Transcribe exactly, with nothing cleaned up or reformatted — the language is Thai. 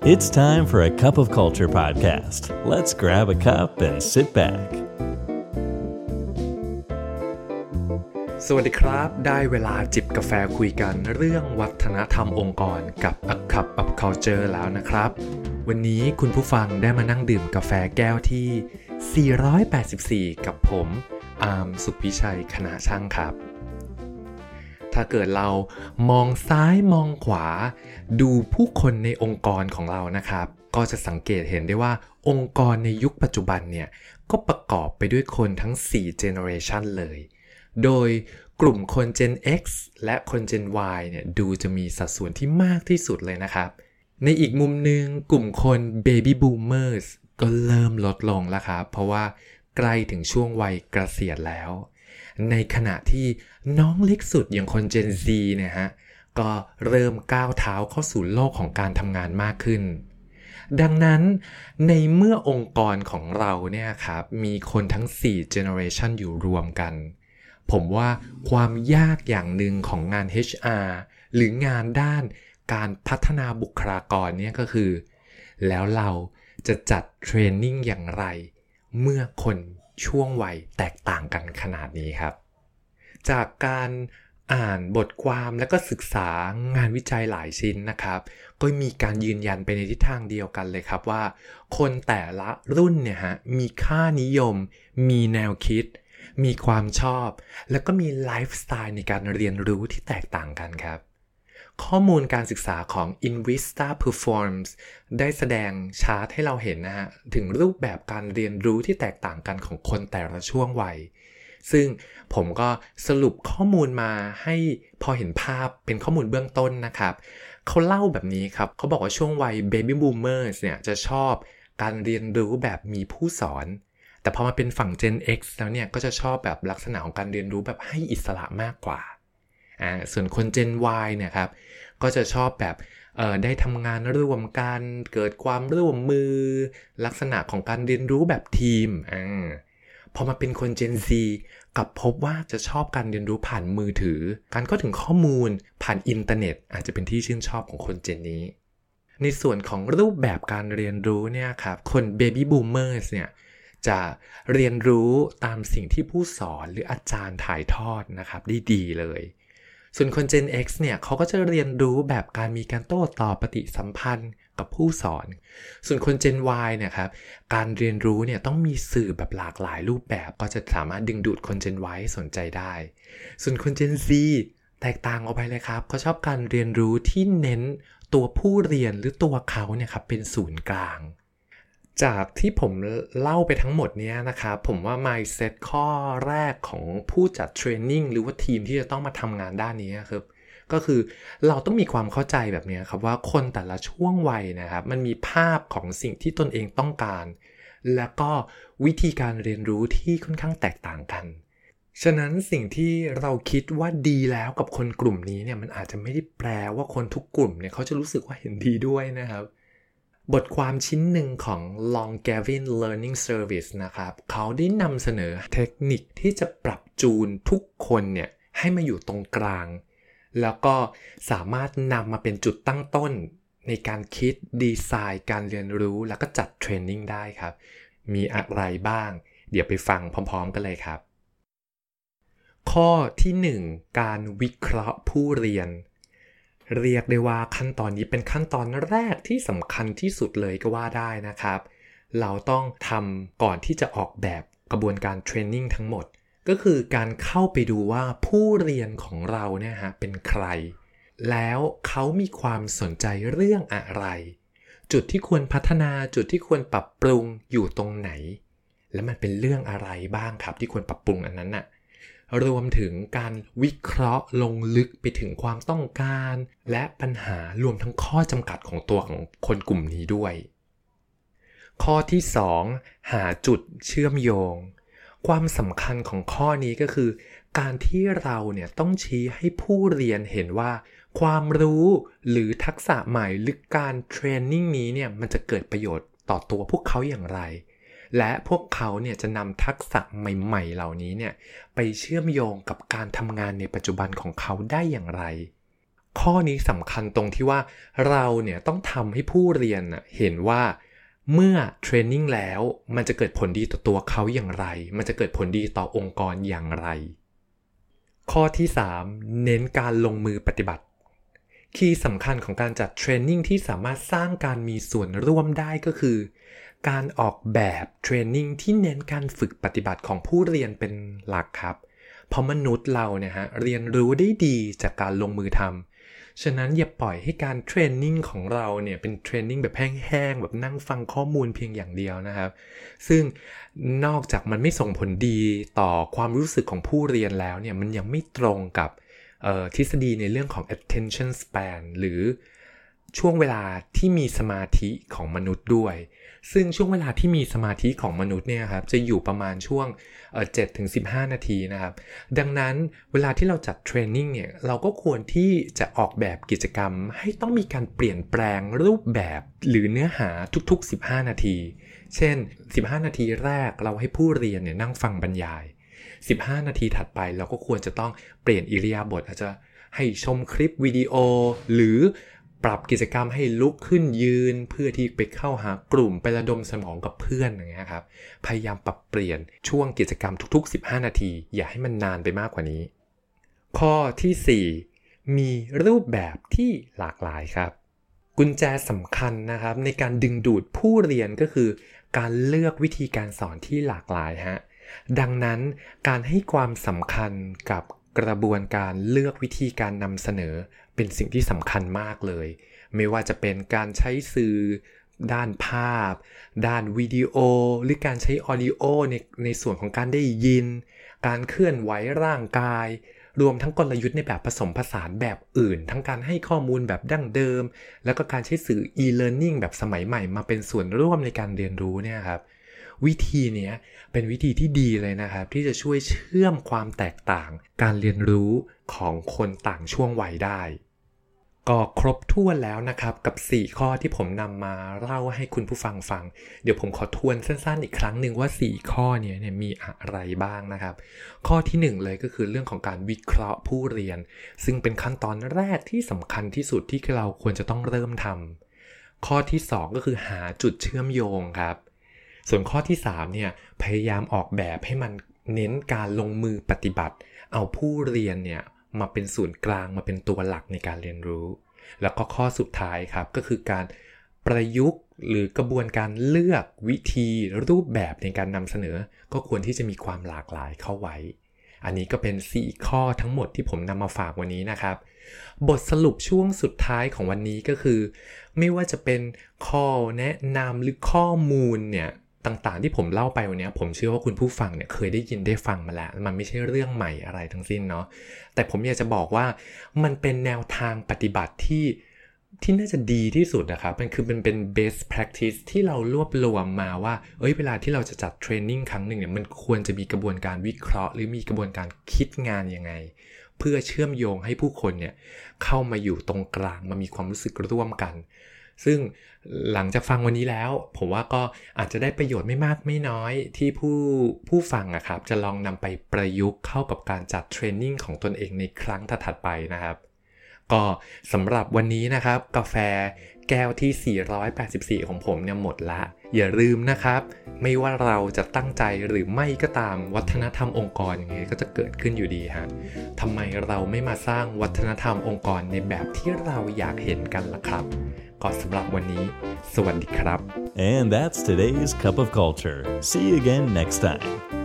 It's time for a cup of culture podcast. Let's grab a cup and sit back. สวัสดีครับได้เวลาจิบกาแฟคุยกันเรื่องวัฒนธรรมองค์กรกับ A Cup of Culture แล้วนะครับวันนี้คุณผู้ฟังได้มานั่งดื่มกาแฟแก้วที่สี่ร้อยแปดสิบสี่กับผมอาร์มสุขพิชัยคณะช่างครับถ้าเกิดเรามองซ้ายมองขวาดูผู้คนในองค์กรของเรานะครับก็จะสังเกตเห็นได้ว่าองค์กรในยุคปัจจุบันเนี่ยก็ประกอบไปด้วยคนทั้งสี่ generation เลยโดยกลุ่มคน Gen X และคน Gen Y เนี่ยดูจะมีสัดส่วนที่มากที่สุดเลยนะครับในอีกมุมนึงกลุ่มคน Baby Boomers ก็เริ่มลดลงแล้วครับเพราะว่าใกล้ถึงช่วงวัยเกษียณแล้วในขณะที่น้องเล็กสุดอย่างคน Gen Z เนี่ยฮะก็เริ่มก้าวเท้าเข้าสู่โลกของการทำงานมากขึ้นดังนั้นในเมื่อองค์กรของเราเนี่ยครับมีคนทั้งสี่ generation อยู่รวมกันผมว่าความยากอย่างหนึ่งของงาน เอช อาร์ หรืองานด้านการพัฒนาบุคลากรเนี่ยก็คือแล้วเราจะจัดเทรนนิ่งอย่างไรเมื่อคนช่วงวัยแตกต่างกันขนาดนี้ครับจากการอ่านบทความและก็ศึกษางานวิจัยหลายชิ้นนะครับก็มีการยืนยันไปในทิศทางเดียวกันเลยครับว่าคนแต่ละรุ่นเนี่ยฮะมีค่านิยมมีแนวคิดมีความชอบแล้วก็มีไลฟ์สไตล์ในการเรียนรู้ที่แตกต่างกันครับข้อมูลการศึกษาของ Invista Performs ได้แสดงชาร์ตให้เราเห็นนะฮะถึงรูปแบบการเรียนรู้ที่แตกต่างกันของคนแต่ละช่วงวัยซึ่งผมก็สรุปข้อมูลมาให้พอเห็นภาพเป็นข้อมูลเบื้องต้นนะครับเขาเล่าแบบนี้ครับเขาบอกว่าช่วงวัย Baby Boomers เนี่ยจะชอบการเรียนรู้แบบมีผู้สอนแต่พอมาเป็นฝั่ง Gen X แล้วเนี่ยก็จะชอบแบบลักษณะของการเรียนรู้แบบให้อิสระมากกว่าอ่าส่วนคน Gen Y เนี่ยครับก็จะชอบแบบเอ่อได้ทำงานร่วมกันเกิดความร่วมมือลักษณะของการเรียนรู้แบบทีมอ่าพอมาเป็นคน Gen Z กลับพบว่าจะชอบการเรียนรู้ผ่านมือถือการเข้าถึงข้อมูลผ่านอินเทอร์เน็ตอาจจะเป็นที่ชื่นชอบของคนเจนนี้ในส่วนของรูปแบบการเรียนรู้เนี่ยครับคน Baby Boomers เนี่ยจะเรียนรู้ตามสิ่งที่ผู้สอนหรืออาจารย์ถ่ายทอดนะครับได้ดีเลยส่วนคน Gen X เนี่ยเขาก็จะเรียนรู้แบบการมีการโต้ตอบปฏิสัมพันธ์กับผู้สอนส่วนคน Gen Y เนี่ยครับการเรียนรู้เนี่ยต้องมีสื่อแบบหลากหลายรูปแบบก็จะสามารถดึงดูดคน Gen Y ให้สนใจได้ส่วนคน Gen Z แตกต่างออกไปเลยครับเขาชอบการเรียนรู้ที่เน้นตัวผู้เรียนหรือตัวเขาเนี่ยครับเป็นศูนย์กลางจากที่ผมเล่าไปทั้งหมดนี้นะครับผมว่า mindset ข้อแรกของผู้จัดเทรนนิ่งหรือว่าทีมที่จะต้องมาทำงานด้านนี้ครับก็คือเราต้องมีความเข้าใจแบบนี้ครับว่าคนแต่ละช่วงวัยนะครับมันมีภาพของสิ่งที่ตนเองต้องการแล้วก็วิธีการเรียนรู้ที่ค่อนข้างแตกต่างกันฉะนั้นสิ่งที่เราคิดว่าดีแล้วกับคนกลุ่มนี้เนี่ยมันอาจจะไม่ได้แปลว่าคนทุกกลุ่มเนี่ยเขาจะรู้สึกว่าเห็นดีด้วยนะครับบทความชิ้นหนึ่งของ Longavin Learning Service นะครับเขาได้นำเสนอเทคนิคที่จะปรับจูนทุกคนเนี่ยให้มาอยู่ตรงกลางแล้วก็สามารถนำมาเป็นจุดตั้งต้นในการคิดดีไซน์การเรียนรู้แล้วก็จัดเทรนนิ่งได้ครับมีอะไรบ้างเดี๋ยวไปฟังพร้อมๆกันเลยครับข้อที่หนึ่งการวิเคราะห์ผู้เรียนเรียกได้ว่าขั้นตอนนี้เป็นขั้นตอนแรกที่สำคัญที่สุดเลยก็ว่าได้นะครับเราต้องทำก่อนที่จะออกแบบกระบวนการเทรนนิ่งทั้งหมดก็คือการเข้าไปดูว่าผู้เรียนของเราเนี่ยฮะเป็นใครแล้วเขามีความสนใจเรื่องอะไรจุดที่ควรพัฒนาจุดที่ควรปรับปรุงอยู่ตรงไหนและมันเป็นเรื่องอะไรบ้างครับที่ควรปรับปรุงอันนั้นน่ะรวมถึงการวิเคราะห์ลงลึกไปถึงความต้องการและปัญหารวมทั้งข้อจำกัดของตัวของคนกลุ่มนี้ด้วยข้อที่สองหาจุดเชื่อมโยงความสำคัญของข้อนี้ก็คือการที่เราเนี่ยต้องชี้ให้ผู้เรียนเห็นว่าความรู้หรือทักษะใหม่หรือการเทรนนิ่งนี้เนี่ยมันจะเกิดประโยชน์ต่อตัวพวกเขาอย่างไรและพวกเขาเนี่ยจะนำทักษะใหม่ๆเหล่านี้เนี่ยไปเชื่อมโยงกับการทำงานในปัจจุบันของเขาได้อย่างไรข้อนี้สำคัญตรงที่ว่าเราเนี่ยต้องทำให้ผู้เรียนเห็นว่าเมื่อเทรนนิ่งแล้วมันจะเกิดผลดีต่อตัวเขาอย่างไรมันจะเกิดผลดีต่อองค์กรอย่างไรข้อที่สามเน้นการลงมือปฏิบัติคีย์สำคัญของการจัดเทรนนิ่งที่สามารถสร้างการมีส่วนร่วมได้ก็คือการออกแบบเทรนนิ่งที่เน้นการฝึกปฏิบัติของผู้เรียนเป็นหลักครับเพราะมนุษย์เราเนี่ยฮะเรียนรู้ได้ดีจากการลงมือทำฉะนั้นอย่าปล่อยให้การเทรนนิ่งของเราเนี่ยเป็นเทรนนิ่งแบบแห้งๆแบบนั่งฟังข้อมูลเพียงอย่างเดียวนะครับซึ่งนอกจากมันไม่ส่งผลดีต่อความรู้สึกของผู้เรียนแล้วเนี่ยมันยังไม่ตรงกับทฤษฎีในเรื่องของ attention span หรือช่วงเวลาที่มีสมาธิของมนุษย์ด้วยซึ่งช่วงเวลาที่มีสมาธิของมนุษย์เนี่ยครับจะอยู่ประมาณช่วงเอ่อ เจ็ดถึงสิบห้า นาทีนะครับดังนั้นเวลาที่เราจัดเทรนนิ่งเนี่ยเราก็ควรที่จะออกแบบกิจกรรมให้ต้องมีการเปลี่ยนแปลงรูปแบบหรือเนื้อหาทุกๆสิบห้านาทีเช่นสิบห้านาทีแรกเราให้ผู้เรียนเนี่ยนั่งฟังบรรยายสิบห้านาทีถัดไปเราก็ควรจะต้องเปลี่ยนอิริยาบถอาจจะให้ชมคลิปวิดีโอหรือปรับกิจกรรมให้ลุกขึ้นยืนเพื่อที่ไปเข้าหากลุ่มไประดมสมองกับเพื่อนอย่างเงี้ยครับพยายามปรับเปลี่ยนช่วงกิจกรรมทุกๆสิบห้านาทีอย่าให้มันนานไปมากกว่านี้ข้อที่สี่มีรูปแบบที่หลากหลายครับกุญแจสำคัญนะครับในการดึงดูดผู้เรียนก็คือการเลือกวิธีการสอนที่หลากหลายฮะดังนั้นการให้ความสำคัญกับกระบวนการเลือกวิธีการนำเสนอเป็นสิ่งที่สำคัญมากเลยไม่ว่าจะเป็นการใช้สื่อด้านภาพด้านวิดีโอหรือการใช้ออดิโอในในส่วนของการได้ยินการเคลื่อนไหวร่างกายรวมทั้งกลยุทธ์ในแบบผสมผสานแบบอื่นทั้งการให้ข้อมูลแบบดั้งเดิมแล้วก็การใช้สื่อ e-learning แบบสมัยใหม่มาเป็นส่วนร่วมในการเรียนรู้เนี่ยครับวิธีนี้เป็นวิธีที่ดีเลยนะครับที่จะช่วยเชื่อมความแตกต่างการเรียนรู้ของคนต่างช่วงวัยได้ก็ครบถ้วนแล้วนะครับกับสี่ข้อที่ผมนำมาเล่าให้คุณผู้ฟังฟังเดี๋ยวผมขอทวนสั้นๆอีกครั้งหนึ่งว่าสี่ข้อนี้เนี่ยมีอะไรบ้างนะครับข้อที่หนึ่งเลยก็คือเรื่องของการวิเคราะห์ผู้เรียนซึ่งเป็นขั้นตอนแรกที่สำคัญที่สุดที่เราควรจะต้องเริ่มทำข้อที่สองก็คือหาจุดเชื่อมโยงครับส่วนข้อที่สามเนี่ยพยายามออกแบบให้มันเน้นการลงมือปฏิบัติเอาผู้เรียนเนี่ยมาเป็นศูนย์กลางมาเป็นตัวหลักในการเรียนรู้แล้วก็ข้อสุดท้ายครับก็คือการประยุกต์หรือกระบวนการเลือกวิธีรูปแบบในการนำเสนอก็ควรที่จะมีความหลากหลายเข้าไว้อันนี้ก็เป็นสี่ข้อทั้งหมดที่ผมนำมาฝากวันนี้นะครับบทสรุปช่วงสุดท้ายของวันนี้ก็คือไม่ว่าจะเป็นข้อแนะนำหรือข้อมูลเนี่ยต่างๆที่ผมเล่าไปวันนี้ผมเชื่อว่าคุณผู้ฟังเนี่ยเคยได้ยินได้ฟังมาแล้วมันไม่ใช่เรื่องใหม่อะไรทั้งสิ้นเนาะแต่ผมอยากจะบอกว่ามันเป็นแนวทางปฏิบัติที่ที่น่าจะดีที่สุดนะครับมันคือมันเป็น best practice ที่เรารวบรวมมาว่าเอ้ยเวลาที่เราจะจัดเทรนนิ่งครั้งหนึ่งเนี่ยมันควรจะมีกระบวนการวิเคราะห์หรือมีกระบวนการคิดงานยังไงเพื่อเชื่อมโยงให้ผู้คนเนี่ยเข้ามาอยู่ตรงกลางมามีความรู้สึกร่วมกันซึ่งหลังจากฟังวันนี้แล้วผมว่าก็อาจจะได้ประโยชน์ไม่มากไม่น้อยที่ผู้ผู้ฟังอะครับจะลองนำไปประยุกต์เข้ากับการจัดเทรนนิ่งของตนเองในครั้งถัดๆไปนะครับก็สำหรับวันนี้นะครับกาแฟแก้วที่สี่ร้อยแปดสิบสี่ของผมเนี่ยหมดละอย่าลืมนะครับไม่ว่าเราจะตั้งใจหรือไม่ก็ตามวัฒนธรรมองค์กรยังไงก็จะเกิดขึ้นอยู่ดีฮะทำไมเราไม่มาสร้างวัฒนธรรมองค์กรในแบบที่เราอยากเห็นกันล่ะครับก็สำหรับวันนี้สวัสดีครับ And that's today's Cup of Culture. See you again next time.